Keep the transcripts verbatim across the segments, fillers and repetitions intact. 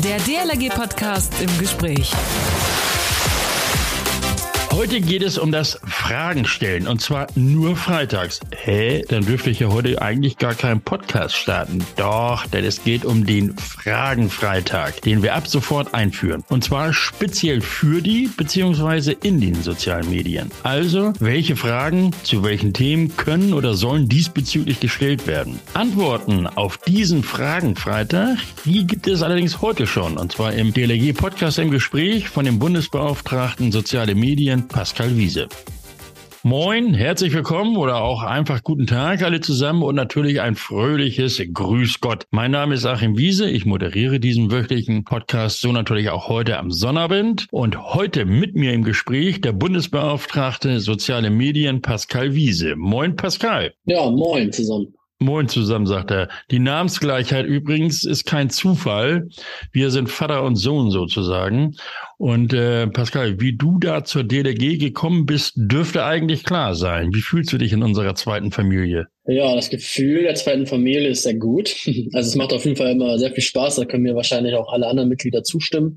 Der D L R G-Podcast im Gespräch. Heute geht es um das Fragen stellen und zwar nur freitags. Hä? Dann dürfte ich ja heute eigentlich gar keinen Podcast starten. Doch, denn es geht um den Fragenfreitag, den wir ab sofort einführen. Und zwar speziell für die bzw. in den sozialen Medien. Also, welche Fragen zu welchen Themen können oder sollen diesbezüglich gestellt werden? Antworten auf diesen Fragenfreitag, die gibt es allerdings heute schon. Und zwar im D L R G-Podcast im Gespräch von dem Bundesbeauftragten Soziale Medien, Pascal Wiese. Moin, herzlich willkommen oder auch einfach guten Tag alle zusammen und natürlich ein fröhliches Grüß Gott. Mein Name ist Achim Wiese, ich moderiere diesen wöchentlichen Podcast, so natürlich auch heute am Sonnabend. Und heute mit mir im Gespräch der Bundesbeauftragte Soziale Medien, Pascal Wiese. Moin, Pascal. Ja, moin zusammen. Moin zusammen, sagt er. Die Namensgleichheit übrigens ist kein Zufall. Wir sind Vater und Sohn sozusagen. Und äh, Pascal, wie du da zur D L R G gekommen bist, dürfte eigentlich klar sein. Wie fühlst du dich in unserer zweiten Familie? Ja, das Gefühl der zweiten Familie ist sehr gut. Also es macht auf jeden Fall immer sehr viel Spaß. Da können mir wahrscheinlich auch alle anderen Mitglieder zustimmen.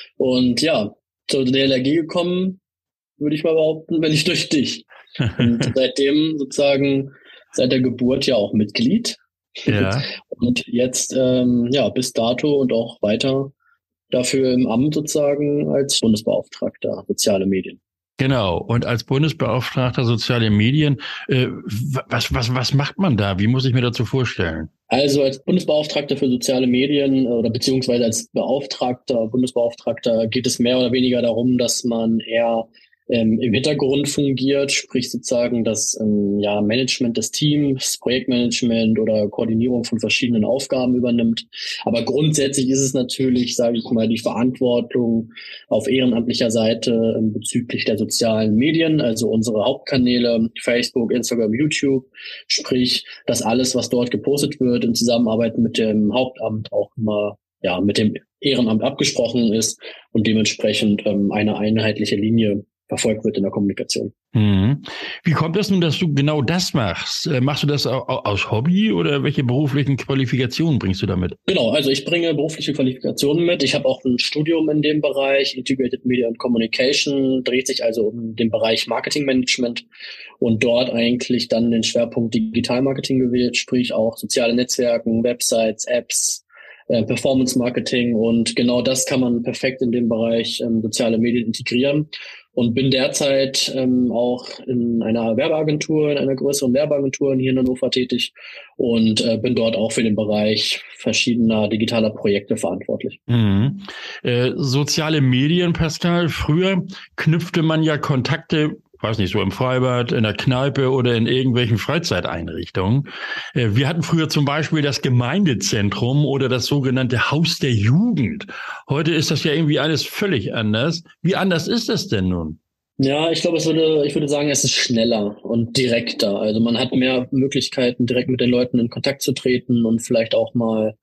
Und ja, zur D L R G gekommen, würde ich mal behaupten, wenn nicht durch dich. Und seitdem sozusagen seit der Geburt ja auch Mitglied. Ja. Und jetzt, ähm, ja, bis dato und auch weiter dafür im Amt sozusagen als Bundesbeauftragter Soziale Medien. Genau. Und als Bundesbeauftragter Soziale Medien, äh, was, was, was macht man da? Wie muss ich mir dazu vorstellen? Also als Bundesbeauftragter für soziale Medien oder beziehungsweise als Beauftragter, Bundesbeauftragter geht es mehr oder weniger darum, dass man eher Ähm, im Hintergrund fungiert, sprich sozusagen das ähm, ja, Management des Teams, Projektmanagement oder Koordinierung von verschiedenen Aufgaben übernimmt. Aber grundsätzlich ist es natürlich, sage ich mal, die Verantwortung auf ehrenamtlicher Seite ähm, bezüglich der sozialen Medien, also unsere Hauptkanäle Facebook, Instagram, YouTube, sprich, dass alles, was dort gepostet wird, in Zusammenarbeit mit dem Hauptamt auch immer ja mit dem Ehrenamt abgesprochen ist und dementsprechend ähm, eine einheitliche Linie verfolgt wird in der Kommunikation. Mhm. Wie kommt es nun, dass du genau das machst? Äh, machst du das aus Hobby oder welche beruflichen Qualifikationen bringst du damit? Genau, also ich bringe berufliche Qualifikationen mit. Ich habe auch ein Studium in dem Bereich, Integrated Media and Communication, dreht sich also um den Bereich Marketingmanagement und dort eigentlich dann den Schwerpunkt Digitalmarketing gewählt, sprich auch soziale Netzwerken, Websites, Apps, äh, Performance Marketing und genau das kann man perfekt in dem Bereich ähm, soziale Medien integrieren. Und bin derzeit ähm, auch in einer Werbeagentur, in einer größeren Werbeagentur hier in Hannover tätig und äh, bin dort auch für den Bereich verschiedener digitaler Projekte verantwortlich. Mhm. Äh, soziale Medien, Pascal, früher knüpfte man ja Kontakte, weiß nicht, so im Freibad, in der Kneipe oder in irgendwelchen Freizeiteinrichtungen. Äh, wir hatten früher zum Beispiel das Gemeindezentrum oder das sogenannte Haus der Jugend. Heute ist das ja irgendwie alles völlig anders. Wie anders ist das denn nun? Ja, ich glaube, es würde, ich würde sagen, es ist schneller und direkter. Also man hat mehr Möglichkeiten, direkt mit den Leuten in Kontakt zu treten und vielleicht auch mal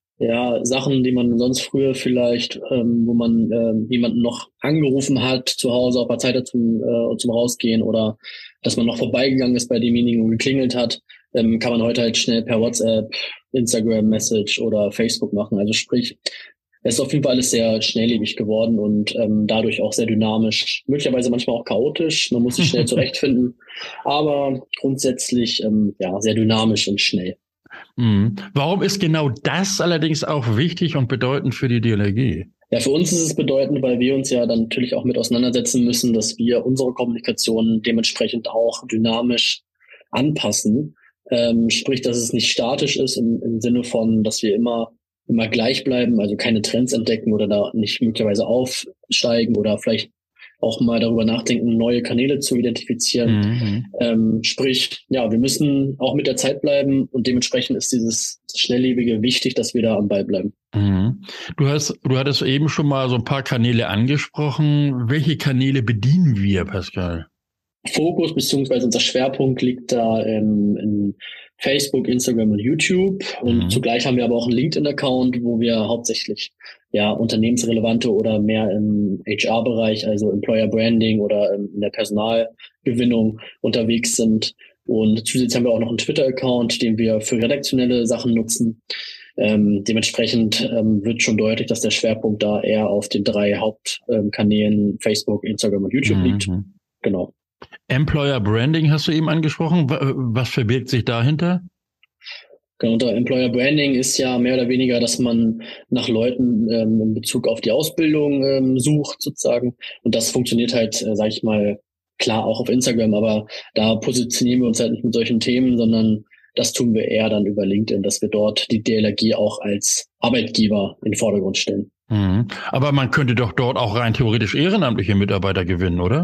ja, Sachen, die man sonst früher vielleicht, ähm, wo man ähm, jemanden noch angerufen hat zu Hause, ob er Zeit hat zum, äh, zum Rausgehen oder dass man noch vorbeigegangen ist bei demjenigen und geklingelt hat, ähm, kann man heute halt schnell per WhatsApp, Instagram Message oder Facebook machen. Also sprich, es ist auf jeden Fall alles sehr schnelllebig geworden und ähm, dadurch auch sehr dynamisch, möglicherweise manchmal auch chaotisch. Man muss sich schnell zurechtfinden, aber grundsätzlich ähm, ja sehr dynamisch und schnell. Mhm. Warum ist genau das allerdings auch wichtig und bedeutend für die D L R G? Ja, für uns ist es bedeutend, weil wir uns ja dann natürlich auch mit auseinandersetzen müssen, dass wir unsere Kommunikation dementsprechend auch dynamisch anpassen. Ähm, sprich, dass es nicht statisch ist im, im Sinne von, dass wir immer immer gleich bleiben, also keine Trends entdecken oder da nicht möglicherweise aufsteigen oder vielleicht auch mal darüber nachdenken, neue Kanäle zu identifizieren. Mhm. Ähm, sprich, ja, wir müssen auch mit der Zeit bleiben und dementsprechend ist dieses Schnelllebige wichtig, dass wir da am Ball bleiben. Mhm. Du hast, du hattest eben schon mal so ein paar Kanäle angesprochen. Welche Kanäle bedienen wir, Pascal? Fokus beziehungsweise unser Schwerpunkt liegt da ähm, in Facebook, Instagram und YouTube und mhm. zugleich haben wir aber auch einen LinkedIn-Account, wo wir hauptsächlich ja unternehmensrelevante oder mehr im H R-Bereich, also Employer Branding oder ähm, in der Personalgewinnung unterwegs sind. Und zusätzlich haben wir auch noch einen Twitter-Account, den wir für redaktionelle Sachen nutzen. Ähm, dementsprechend ähm, wird schon deutlich, dass der Schwerpunkt da eher auf den drei Hauptkanälen ähm, Facebook, Instagram und YouTube Mhm. liegt. Genau. Employer Branding hast du eben angesprochen. Was verbirgt sich dahinter? Genau, unter Employer Branding ist ja mehr oder weniger, dass man nach Leuten ähm, in Bezug auf die Ausbildung ähm, sucht sozusagen. Und das funktioniert halt, äh, sage ich mal, klar auch auf Instagram, aber da positionieren wir uns halt nicht mit solchen Themen, sondern das tun wir eher dann über LinkedIn, dass wir dort die D L R G auch als Arbeitgeber in den Vordergrund stellen. Mhm. Aber man könnte doch dort auch rein theoretisch ehrenamtliche Mitarbeiter gewinnen, oder?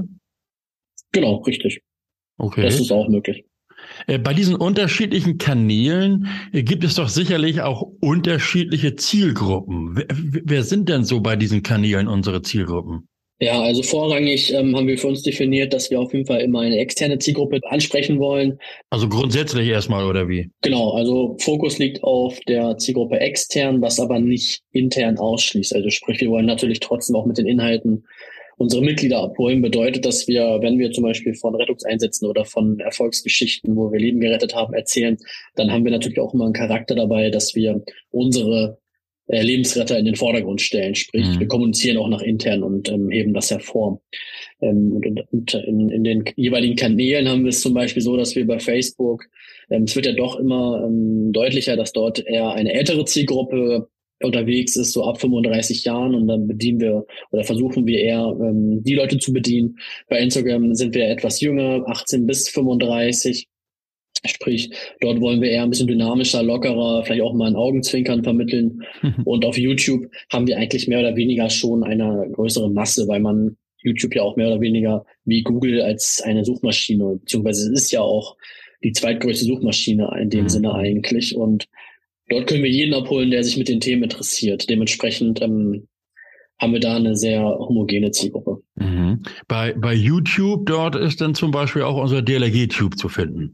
Genau, richtig. Okay. Das ist auch möglich. Bei diesen unterschiedlichen Kanälen gibt es doch sicherlich auch unterschiedliche Zielgruppen. Wer, wer sind denn so bei diesen Kanälen unsere Zielgruppen? Ja, also vorrangig ähm, haben wir für uns definiert, dass wir auf jeden Fall immer eine externe Zielgruppe ansprechen wollen. Also grundsätzlich erstmal, oder wie? Genau, also Fokus liegt auf der Zielgruppe extern, was aber nicht intern ausschließt. Also sprich, wir wollen natürlich trotzdem auch mit den Inhalten unsere Mitglieder abholen. Bedeutet, dass wir, wenn wir zum Beispiel von Rettungseinsätzen oder von Erfolgsgeschichten, wo wir Leben gerettet haben, erzählen, dann haben wir natürlich auch immer einen Charakter dabei, dass wir unsere äh, Lebensretter in den Vordergrund stellen. Sprich, mhm. wir kommunizieren auch nach intern und ähm, heben das hervor. Ähm, und und in, in den jeweiligen Kanälen haben wir es zum Beispiel so, dass wir bei Facebook, ähm, es wird ja doch immer ähm, deutlicher, dass dort eher eine ältere Zielgruppe unterwegs ist, so ab fünfunddreißig Jahren, und dann bedienen wir oder versuchen wir eher ähm, die Leute zu bedienen. Bei Instagram sind wir etwas jünger, achtzehn bis fünfunddreißig. Sprich, dort wollen wir eher ein bisschen dynamischer, lockerer, vielleicht auch mal ein Augenzwinkern vermitteln. Und auf YouTube haben wir eigentlich mehr oder weniger schon eine größere Masse, weil man YouTube ja auch mehr oder weniger wie Google als eine Suchmaschine, beziehungsweise es ist ja auch die zweitgrößte Suchmaschine in dem mhm. Sinne eigentlich. Und dort können wir jeden abholen, der sich mit den Themen interessiert. Dementsprechend ähm, haben wir da eine sehr homogene Zielgruppe. Mhm. Bei, bei YouTube, dort ist dann zum Beispiel auch unser D L R G-Tube zu finden.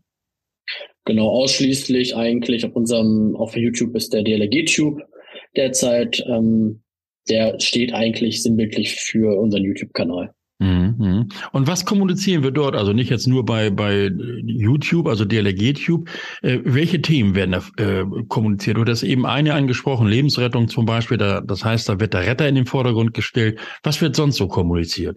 Genau, ausschließlich eigentlich auf unserem, auf YouTube ist der D L R G-Tube derzeit. Ähm, der steht eigentlich sinnbildlich für unseren YouTube-Kanal. Mhm. Und was kommunizieren wir dort? Also nicht jetzt nur bei, bei YouTube, also D L R G-Tube. Äh, welche Themen werden da äh, kommuniziert? Du hast eben eine angesprochen, Lebensrettung zum Beispiel. Da, das heißt, da wird der Retter in den Vordergrund gestellt. Was wird sonst so kommuniziert?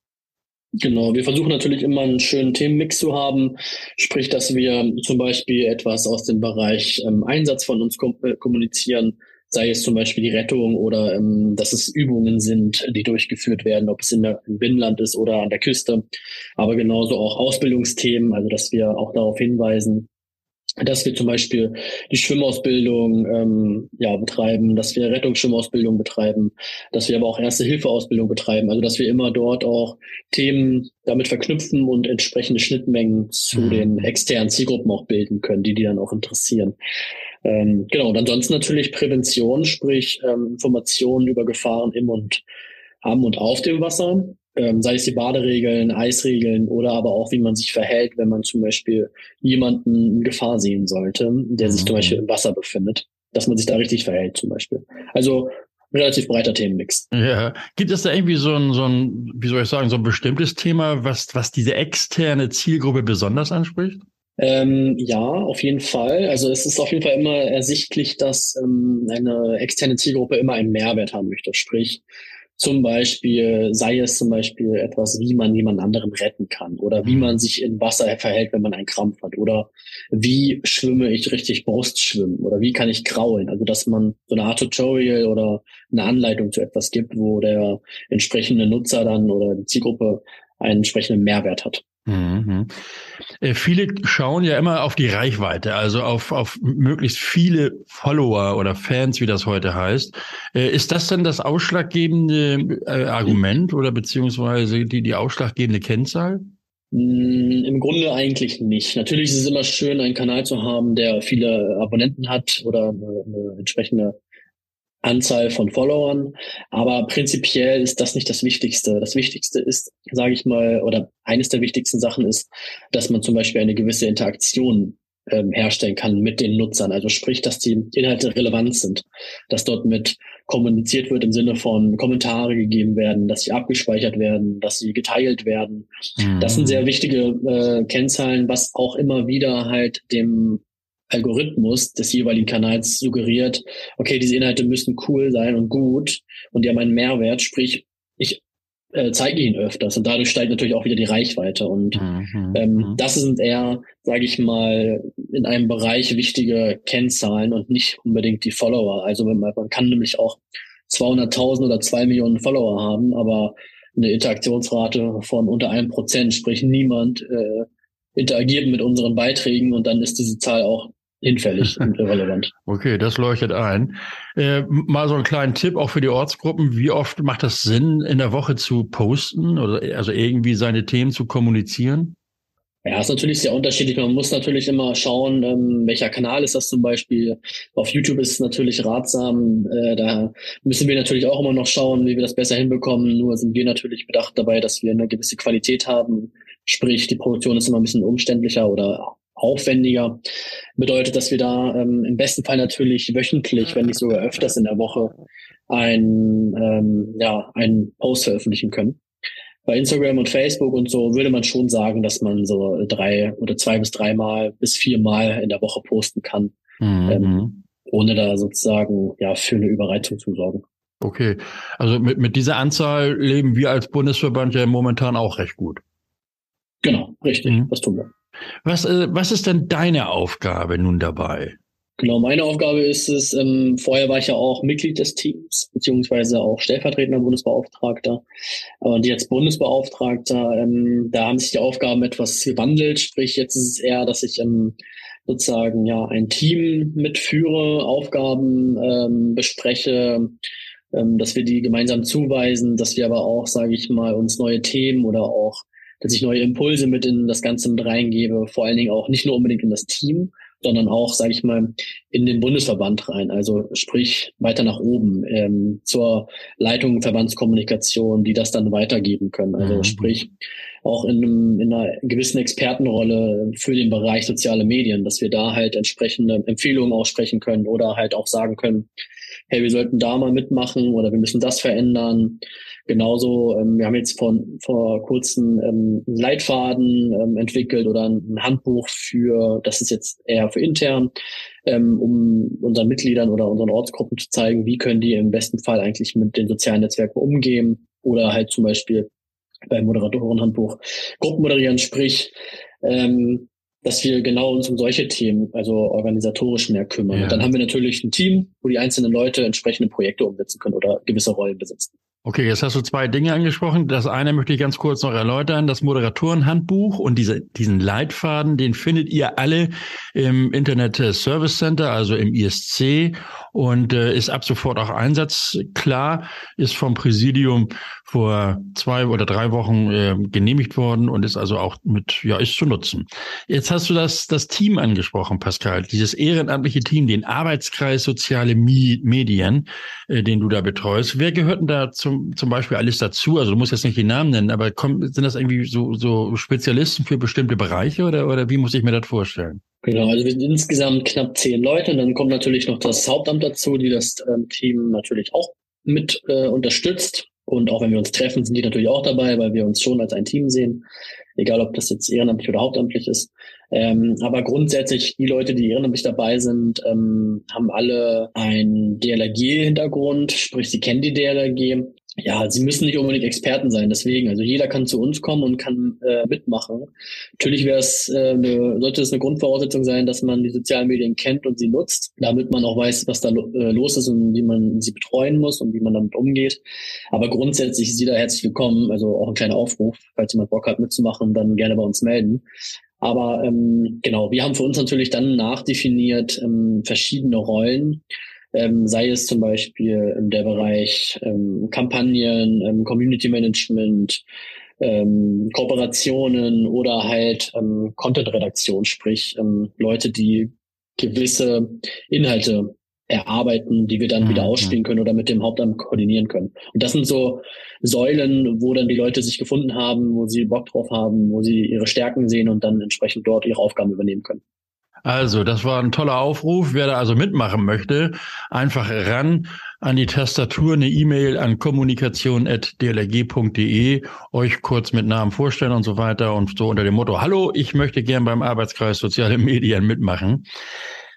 Genau, wir versuchen natürlich immer einen schönen Themenmix zu haben, sprich, dass wir zum Beispiel etwas aus dem Bereich ähm, Einsatz von uns kom- äh, kommunizieren, sei es zum Beispiel die Rettung oder ähm, dass es Übungen sind, die durchgeführt werden, ob es in der, im Binnenland ist oder an der Küste, aber genauso auch Ausbildungsthemen, also dass wir auch darauf hinweisen, dass wir zum Beispiel die Schwimmausbildung ähm, ja, betreiben, dass wir Rettungsschwimmausbildung betreiben, dass wir aber auch Erste-Hilfe-Ausbildung betreiben, also dass wir immer dort auch Themen damit verknüpfen und entsprechende Schnittmengen zu mhm. den externen Zielgruppen auch bilden können, die die dann auch interessieren. Ähm, genau, und ansonsten natürlich Prävention, sprich ähm, Informationen über Gefahren im und am und auf dem Wasser. Ähm, sei es die Baderegeln, Eisregeln oder aber auch, wie man sich verhält, wenn man zum Beispiel jemanden in Gefahr sehen sollte, der sich zum Beispiel im Wasser befindet, dass man sich da richtig verhält zum Beispiel. Also relativ breiter Themenmix. Ja, gibt es da irgendwie so ein, so ein, wie soll ich sagen, so ein bestimmtes Thema, was, was diese externe Zielgruppe besonders anspricht? Ähm, ja, auf jeden Fall. Also es ist auf jeden Fall immer ersichtlich, dass ähm, eine externe Zielgruppe immer einen Mehrwert haben möchte. Sprich, zum Beispiel, sei es zum Beispiel etwas, wie man jemand anderen retten kann oder wie man sich im Wasser verhält, wenn man einen Krampf hat oder wie schwimme ich richtig Brustschwimmen oder wie kann ich kraulen. Also, dass man so eine Art Tutorial oder eine Anleitung zu etwas gibt, wo der entsprechende Nutzer dann oder die Zielgruppe einen entsprechenden Mehrwert hat. Mhm. Äh, viele schauen ja immer auf die Reichweite, also auf, auf möglichst viele Follower oder Fans, wie das heute heißt. Äh, ist das denn das ausschlaggebende äh, Argument oder beziehungsweise die, die ausschlaggebende Kennzahl? Im Grunde eigentlich nicht. Natürlich ist es immer schön, einen Kanal zu haben, der viele Abonnenten hat oder eine, eine entsprechende Anzahl von Followern, aber prinzipiell ist das nicht das Wichtigste. Das Wichtigste ist, sage ich mal, oder eines der wichtigsten Sachen ist, dass man zum Beispiel eine gewisse Interaktion ähm, herstellen kann mit den Nutzern. Also sprich, dass die Inhalte relevant sind, dass dort mit kommuniziert wird im Sinne von Kommentare gegeben werden, dass sie abgespeichert werden, dass sie geteilt werden. Mhm. Das sind sehr wichtige äh, Kennzahlen, was auch immer wieder halt dem Algorithmus des jeweiligen Kanals suggeriert, okay, diese Inhalte müssen cool sein und gut und die haben einen Mehrwert, sprich, ich äh, zeige ihn öfters und dadurch steigt natürlich auch wieder die Reichweite und Mhm. ähm, das sind eher, sage ich mal, in einem Bereich wichtige Kennzahlen und nicht unbedingt die Follower. Also man, man kann nämlich auch zweihunderttausend oder zwei Millionen Follower haben, aber eine Interaktionsrate von unter einem Prozent, sprich niemand äh, interagiert mit unseren Beiträgen und dann ist diese Zahl auch hinfällig und irrelevant. Okay, das leuchtet ein. Äh, mal so einen kleinen Tipp auch für die Ortsgruppen. Wie oft macht das Sinn, in der Woche zu posten oder also irgendwie seine Themen zu kommunizieren? Ja, ist natürlich sehr unterschiedlich. Man muss natürlich immer schauen, ähm, welcher Kanal ist das zum Beispiel. Auf YouTube ist es natürlich ratsam. Äh, da müssen wir natürlich auch immer noch schauen, wie wir das besser hinbekommen. Nur sind wir natürlich bedacht dabei, dass wir eine gewisse Qualität haben. Sprich, die Produktion ist immer ein bisschen umständlicher oder aufwendiger. Bedeutet, dass wir da ähm, im besten Fall natürlich wöchentlich, wenn nicht sogar öfters in der Woche, ein, ähm, ja, einen Post veröffentlichen können. Bei Instagram und Facebook und so würde man schon sagen, dass man so drei oder zwei bis dreimal bis viermal in der Woche posten kann, mhm. ähm, ohne da sozusagen ja für eine Überreizung zu sorgen. Okay, also mit, mit dieser Anzahl leben wir als Bundesverband ja momentan auch recht gut. Genau, richtig, mhm. das tun wir. Was, äh, was ist denn deine Aufgabe nun dabei? Genau, meine Aufgabe ist es, ähm, vorher war ich ja auch Mitglied des Teams, beziehungsweise auch stellvertretender Bundesbeauftragter. Und jetzt Bundesbeauftragter, ähm, da haben sich die Aufgaben etwas gewandelt. Sprich, jetzt ist es eher, dass ich ähm, sozusagen ja ein Team mitführe, Aufgaben ähm, bespreche, ähm, dass wir die gemeinsam zuweisen, dass wir aber auch, sage ich mal, uns neue Themen oder auch, dass ich neue Impulse mit in das Ganze mit reingebe, vor allen Dingen auch nicht nur unbedingt in das Team, sondern auch, sage ich mal, in den Bundesverband rein. Also sprich weiter nach oben ähm, zur Leitung Verbandskommunikation, die das dann weitergeben können. Also mhm. sprich auch in, einem, in einer gewissen Expertenrolle für den Bereich soziale Medien, dass wir da halt entsprechende Empfehlungen aussprechen können oder halt auch sagen können, hey, wir sollten da mal mitmachen oder wir müssen das verändern. Genauso, ähm, wir haben jetzt vor, vor kurzem ähm, einen Leitfaden ähm, entwickelt oder ein Handbuch für, das ist jetzt eher für intern, ähm, um unseren Mitgliedern oder unseren Ortsgruppen zu zeigen, wie können die im besten Fall eigentlich mit den sozialen Netzwerken umgehen oder halt zum Beispiel beim Moderatorenhandbuch Gruppen moderieren, sprich, ähm, dass wir genau uns um solche Themen, also organisatorisch mehr kümmern. Ja. Und dann haben wir natürlich ein Team, wo die einzelnen Leute entsprechende Projekte umsetzen können oder gewisse Rollen besitzen. Okay, jetzt hast du zwei Dinge angesprochen. Das eine möchte ich ganz kurz noch erläutern. Das Moderatorenhandbuch und diese, diesen Leitfaden, den findet ihr alle im Internet Service Center, also im I S C und äh, ist ab sofort auch einsatzklar, ist vom Präsidium vor zwei oder drei Wochen äh, genehmigt worden und ist also auch mit, ja, ist zu nutzen. Jetzt hast du das, das Team angesprochen, Pascal, dieses ehrenamtliche Team, den Arbeitskreis Soziale Medien, äh, den du da betreust. Wer gehört denn da zum, zum Beispiel alles dazu? Also du musst jetzt nicht die Namen nennen, aber kommen, sind das irgendwie so, so Spezialisten für bestimmte Bereiche oder, oder wie muss ich mir das vorstellen? Genau, also wir sind insgesamt knapp zehn Leute und dann kommt natürlich noch das Hauptamt dazu, die das ähm, Team natürlich auch mit äh, unterstützt. Und auch wenn wir uns treffen, sind die natürlich auch dabei, weil wir uns schon als ein Team sehen, egal ob das jetzt ehrenamtlich oder hauptamtlich ist. Ähm, aber grundsätzlich, die Leute, die ehrenamtlich dabei sind, ähm, haben alle einen D L R G-Hintergrund, sprich, sie kennen die D L R G. Ja, sie müssen nicht unbedingt Experten sein, deswegen, also jeder kann zu uns kommen und kann äh, mitmachen. Natürlich wäre es, äh, eine, sollte es eine Grundvoraussetzung sein, dass man die sozialen Medien kennt und sie nutzt, damit man auch weiß, was da lo- äh, los ist und wie man sie betreuen muss und wie man damit umgeht. Aber grundsätzlich ist jeder herzlich willkommen, also auch ein kleiner Aufruf, falls jemand Bock hat mitzumachen, dann gerne bei uns melden. Aber ähm, genau, wir haben für uns natürlich dann nachdefiniert ähm, verschiedene Rollen, ähm, sei es zum Beispiel in der Bereich ähm, Kampagnen, ähm, Community Management, ähm, Kooperationen oder halt ähm, Content-Redaktion, sprich ähm, Leute, die gewisse Inhalte erarbeiten, die wir dann mhm. wieder ausspielen können oder mit dem Hauptamt koordinieren können. Und das sind so Säulen, wo dann die Leute sich gefunden haben, wo sie Bock drauf haben, wo sie ihre Stärken sehen und dann entsprechend dort ihre Aufgaben übernehmen können. Also, das war ein toller Aufruf. Wer da also mitmachen möchte, einfach ran an die Tastatur, eine E-Mail an kommunikation at d l r g punkt d e, euch kurz mit Namen vorstellen und so weiter und so unter dem Motto, hallo, ich möchte gern beim Arbeitskreis Soziale Medien mitmachen.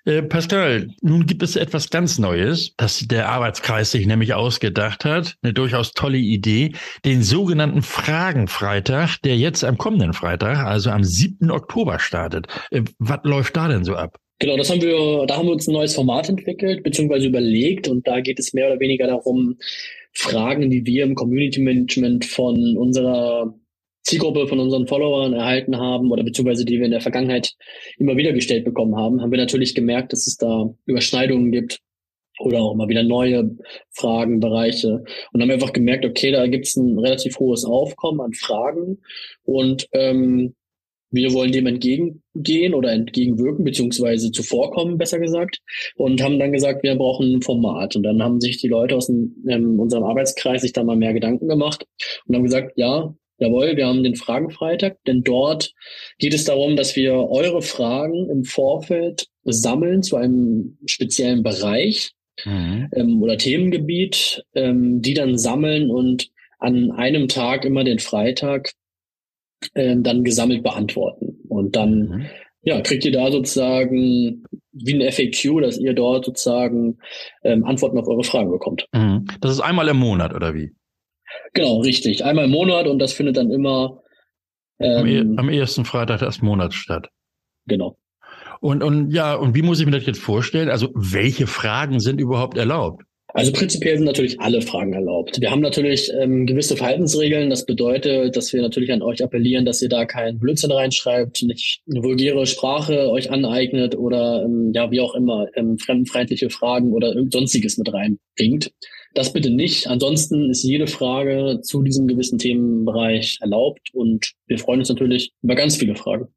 Äh, Pascal, nun gibt es etwas ganz Neues, das der Arbeitskreis sich nämlich ausgedacht hat. Eine durchaus tolle Idee. Den sogenannten Fragenfreitag, der jetzt am kommenden Freitag, also am siebten Oktober startet. Äh, was läuft da denn so ab? Genau, das haben wir, da haben wir uns ein neues Format entwickelt, beziehungsweise überlegt. Und da geht es mehr oder weniger darum, Fragen, die wir im Community Management von unserer Zielgruppe, von unseren Followern erhalten haben oder beziehungsweise die wir in der Vergangenheit immer wieder gestellt bekommen haben, haben wir natürlich gemerkt, dass es da Überschneidungen gibt oder auch immer wieder neue Fragen, Bereiche. Und haben einfach gemerkt, okay, da gibt es ein relativ hohes Aufkommen an Fragen und ähm, wir wollen dem entgegengehen oder entgegenwirken, beziehungsweise zuvorkommen, besser gesagt, und haben dann gesagt, wir brauchen ein Format. Und dann haben sich die Leute aus dem, ähm, unserem Arbeitskreis sich da mal mehr Gedanken gemacht und haben gesagt, ja, jawohl, wir haben den Fragenfreitag, denn dort geht es darum, dass wir eure Fragen im Vorfeld sammeln zu einem speziellen Bereich mhm. ähm, oder Themengebiet, ähm, die dann sammeln und an einem Tag, immer den Freitag, ähm, dann gesammelt beantworten. Und dann mhm. ja, kriegt ihr da sozusagen wie ein F A Q, dass ihr dort sozusagen ähm, Antworten auf eure Fragen bekommt. Mhm. Das ist einmal im Monat, oder wie? Genau, richtig. Einmal im Monat und das findet dann immer ähm, am, am ersten Freitag des Monats statt. Genau. Und, und ja, und wie muss ich mir das jetzt vorstellen? Also welche Fragen sind überhaupt erlaubt? Also prinzipiell sind natürlich alle Fragen erlaubt. Wir haben natürlich ähm, gewisse Verhaltensregeln. Das bedeutet, dass wir natürlich an euch appellieren, dass ihr da keinen Blödsinn reinschreibt, nicht eine vulgäre Sprache euch aneignet oder ähm, ja, wie auch immer, ähm, fremdenfeindliche Fragen oder sonstiges mit reinbringt. Das bitte nicht. Ansonsten ist jede Frage zu diesem gewissen Themenbereich erlaubt und wir freuen uns natürlich über ganz viele Fragen.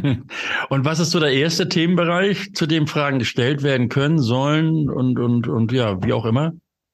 Und was ist so der erste Themenbereich, zu dem Fragen gestellt werden können, sollen und, und, und ja, wie auch immer?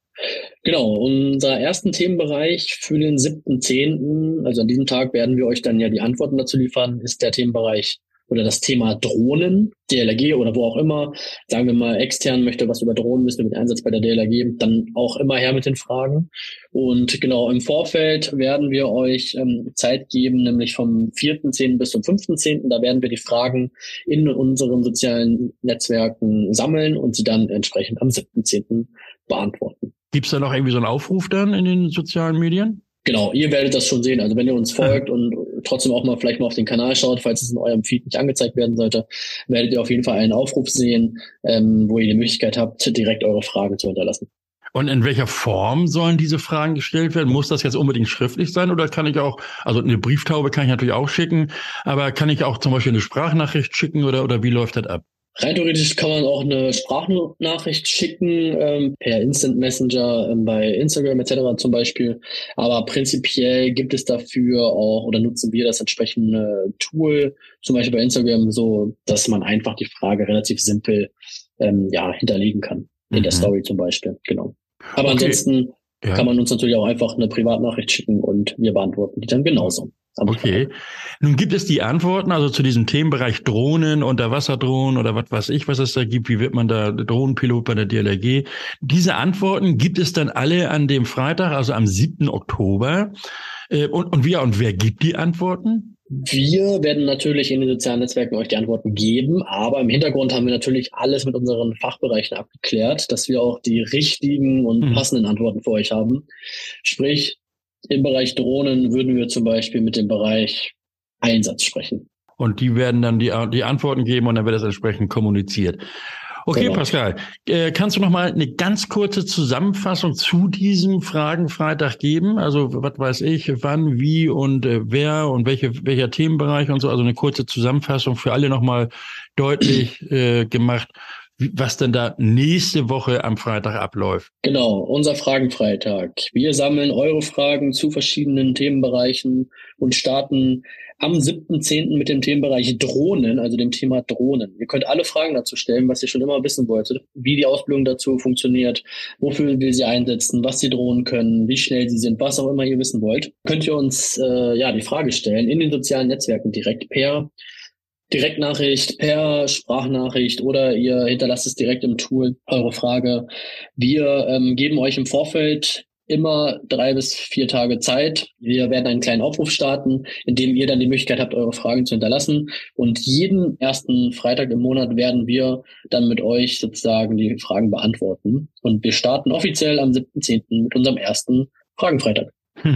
Genau, unser ersten Themenbereich für den siebten zehnten, also an diesem Tag werden wir euch dann ja die Antworten dazu liefern, ist der Themenbereich oder das Thema Drohnen, D L R G oder wo auch immer, sagen wir mal extern möchte was über Drohnen wissen, mit Einsatz bei der D L R G, dann auch immer her mit den Fragen. Und genau, im Vorfeld werden wir euch ähm, Zeit geben, nämlich vom vierten zehnten bis zum fünften zehnten Da werden wir die Fragen in unseren sozialen Netzwerken sammeln und sie dann entsprechend am siebten zehnten beantworten. Gibt es da noch irgendwie so einen Aufruf dann in den sozialen Medien? Genau, ihr werdet das schon sehen. Also wenn ihr uns folgt ja. und trotzdem auch mal vielleicht mal auf den Kanal schaut, falls es in eurem Feed nicht angezeigt werden sollte, werdet ihr auf jeden Fall einen Aufruf sehen, ähm, wo ihr die Möglichkeit habt, direkt eure Fragen zu hinterlassen. Und in welcher Form sollen diese Fragen gestellt werden? Muss das jetzt unbedingt schriftlich sein oder kann ich auch, also eine Brieftaube kann ich natürlich auch schicken, aber kann ich auch zum Beispiel eine Sprachnachricht schicken oder, oder wie läuft das ab? Rein theoretisch kann man auch eine Sprachnachricht schicken, ähm, per Instant Messenger ähm, bei Instagram et cetera zum Beispiel. Aber prinzipiell gibt es dafür auch oder nutzen wir das entsprechende Tool, zum Beispiel bei Instagram, so dass man einfach die Frage relativ simpel ähm, ja hinterlegen kann. In mhm. der Story zum Beispiel, genau. Aber okay. ansonsten ja. kann man uns natürlich auch einfach eine Privatnachricht schicken und wir beantworten die dann genauso. Okay. Nun gibt es die Antworten, also zu diesem Themenbereich Drohnen, Unterwasserdrohnen oder was weiß ich, was es da gibt. Wie wird man da Drohnenpilot bei der D L R G? Diese Antworten gibt es dann alle an dem Freitag, also am siebten Oktober. Und, und, ja, und wer gibt die Antworten? Wir werden natürlich in den sozialen Netzwerken euch die Antworten geben, aber im Hintergrund haben wir natürlich alles mit unseren Fachbereichen abgeklärt, dass wir auch die richtigen und mhm. passenden Antworten für euch haben. Sprich, im Bereich Drohnen würden wir zum Beispiel mit dem Bereich Einsatz sprechen. Und die werden dann die, die Antworten geben und dann wird das entsprechend kommuniziert. Okay, genau. Pascal, äh, kannst du noch mal eine ganz kurze Zusammenfassung zu diesem Fragenfreitag geben? Also was weiß ich, wann, wie und äh, wer und welche, welcher Themenbereich und so. Also eine kurze Zusammenfassung für alle noch mal deutlich äh, gemacht, was denn da nächste Woche am Freitag abläuft. Genau, unser Fragenfreitag. Wir sammeln eure Fragen zu verschiedenen Themenbereichen und starten am siebten zehnten mit dem Themenbereich Drohnen, also dem Thema Drohnen. Ihr könnt alle Fragen dazu stellen, was ihr schon immer wissen wolltet, wie die Ausbildung dazu funktioniert, wofür wir sie einsetzen, was die Drohnen können, wie schnell sie sind, was auch immer ihr wissen wollt. Könnt ihr uns äh, ja die Frage stellen in den sozialen Netzwerken direkt per Direktnachricht, per Sprachnachricht oder ihr hinterlasst es direkt im Tool, eure Frage. Wir ähm, geben euch im Vorfeld immer drei bis vier Tage Zeit. Wir werden einen kleinen Aufruf starten, in dem ihr dann die Möglichkeit habt, eure Fragen zu hinterlassen. Und jeden ersten Freitag im Monat werden wir dann mit euch sozusagen die Fragen beantworten. Und wir starten offiziell am siebten zehnten mit unserem ersten Fragenfreitag.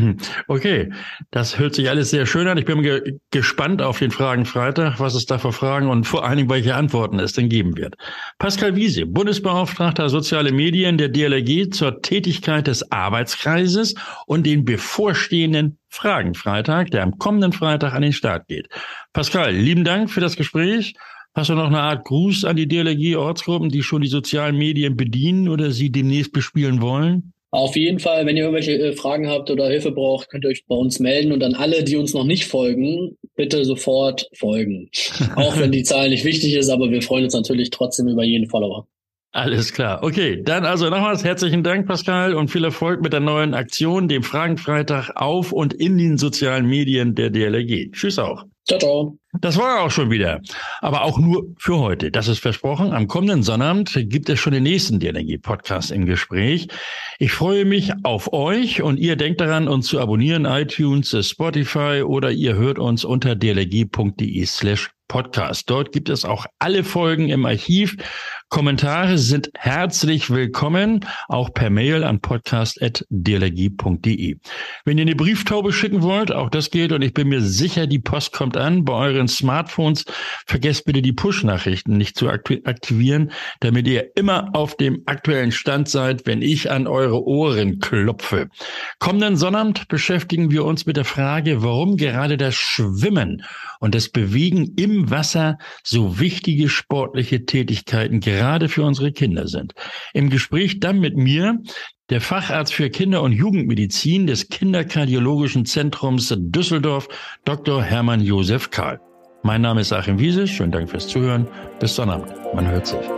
Okay, das hört sich alles sehr schön an. Ich bin ge- gespannt auf den Fragenfreitag, was es da für Fragen und vor allen Dingen, welche Antworten es denn geben wird. Pascal Wiese, Bundesbeauftragter Soziale Medien der D L R G zur Tätigkeit des Arbeitskreises und den bevorstehenden Fragenfreitag, der am kommenden Freitag an den Start geht. Pascal, lieben Dank für das Gespräch. Hast du noch eine Art Gruß an die D L R G-Ortsgruppen, die schon die sozialen Medien bedienen oder sie demnächst bespielen wollen? Auf jeden Fall, wenn ihr irgendwelche äh, Fragen habt oder Hilfe braucht, könnt ihr euch bei uns melden. Und an alle, die uns noch nicht folgen, bitte sofort folgen. Auch wenn die Zahl nicht wichtig ist, aber wir freuen uns natürlich trotzdem über jeden Follower. Alles klar. Okay, dann also nochmals herzlichen Dank, Pascal, und viel Erfolg mit der neuen Aktion, dem Fragenfreitag auf und in den sozialen Medien der D L R G. Tschüss auch. Ciao, ciao. Das war auch schon wieder. Aber auch nur für heute. Das ist versprochen. Am kommenden Sonnabend gibt es schon den nächsten D L R G-Podcast im Gespräch. Ich freue mich auf euch und ihr denkt daran, uns zu abonnieren, iTunes, Spotify oder ihr hört uns unter dlrg.de slash Podcast. Dort gibt es auch alle Folgen im Archiv. Kommentare sind herzlich willkommen, auch per Mail an podcast at d l r g punkt d e. Wenn ihr eine Brieftaube schicken wollt, auch das geht und ich bin mir sicher, die Post kommt an bei euren Smartphones. Vergesst bitte die Push-Nachrichten nicht zu aktivieren, damit ihr immer auf dem aktuellen Stand seid, wenn ich an eure Ohren klopfe. Kommenden Sonnabend beschäftigen wir uns mit der Frage, warum gerade das Schwimmen und das Bewegen im Wasser so wichtige sportliche Tätigkeiten gerade für unsere Kinder sind. Im Gespräch dann mit mir, der Facharzt für Kinder- und Jugendmedizin des Kinderkardiologischen Zentrums Düsseldorf, Doktor Hermann Josef Kahl. Mein Name ist Achim Wiese. Schönen Dank fürs Zuhören. Bis Sonnabend. Man hört sich.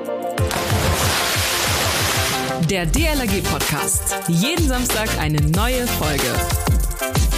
Der D L R G-Podcast. Jeden Samstag eine neue Folge.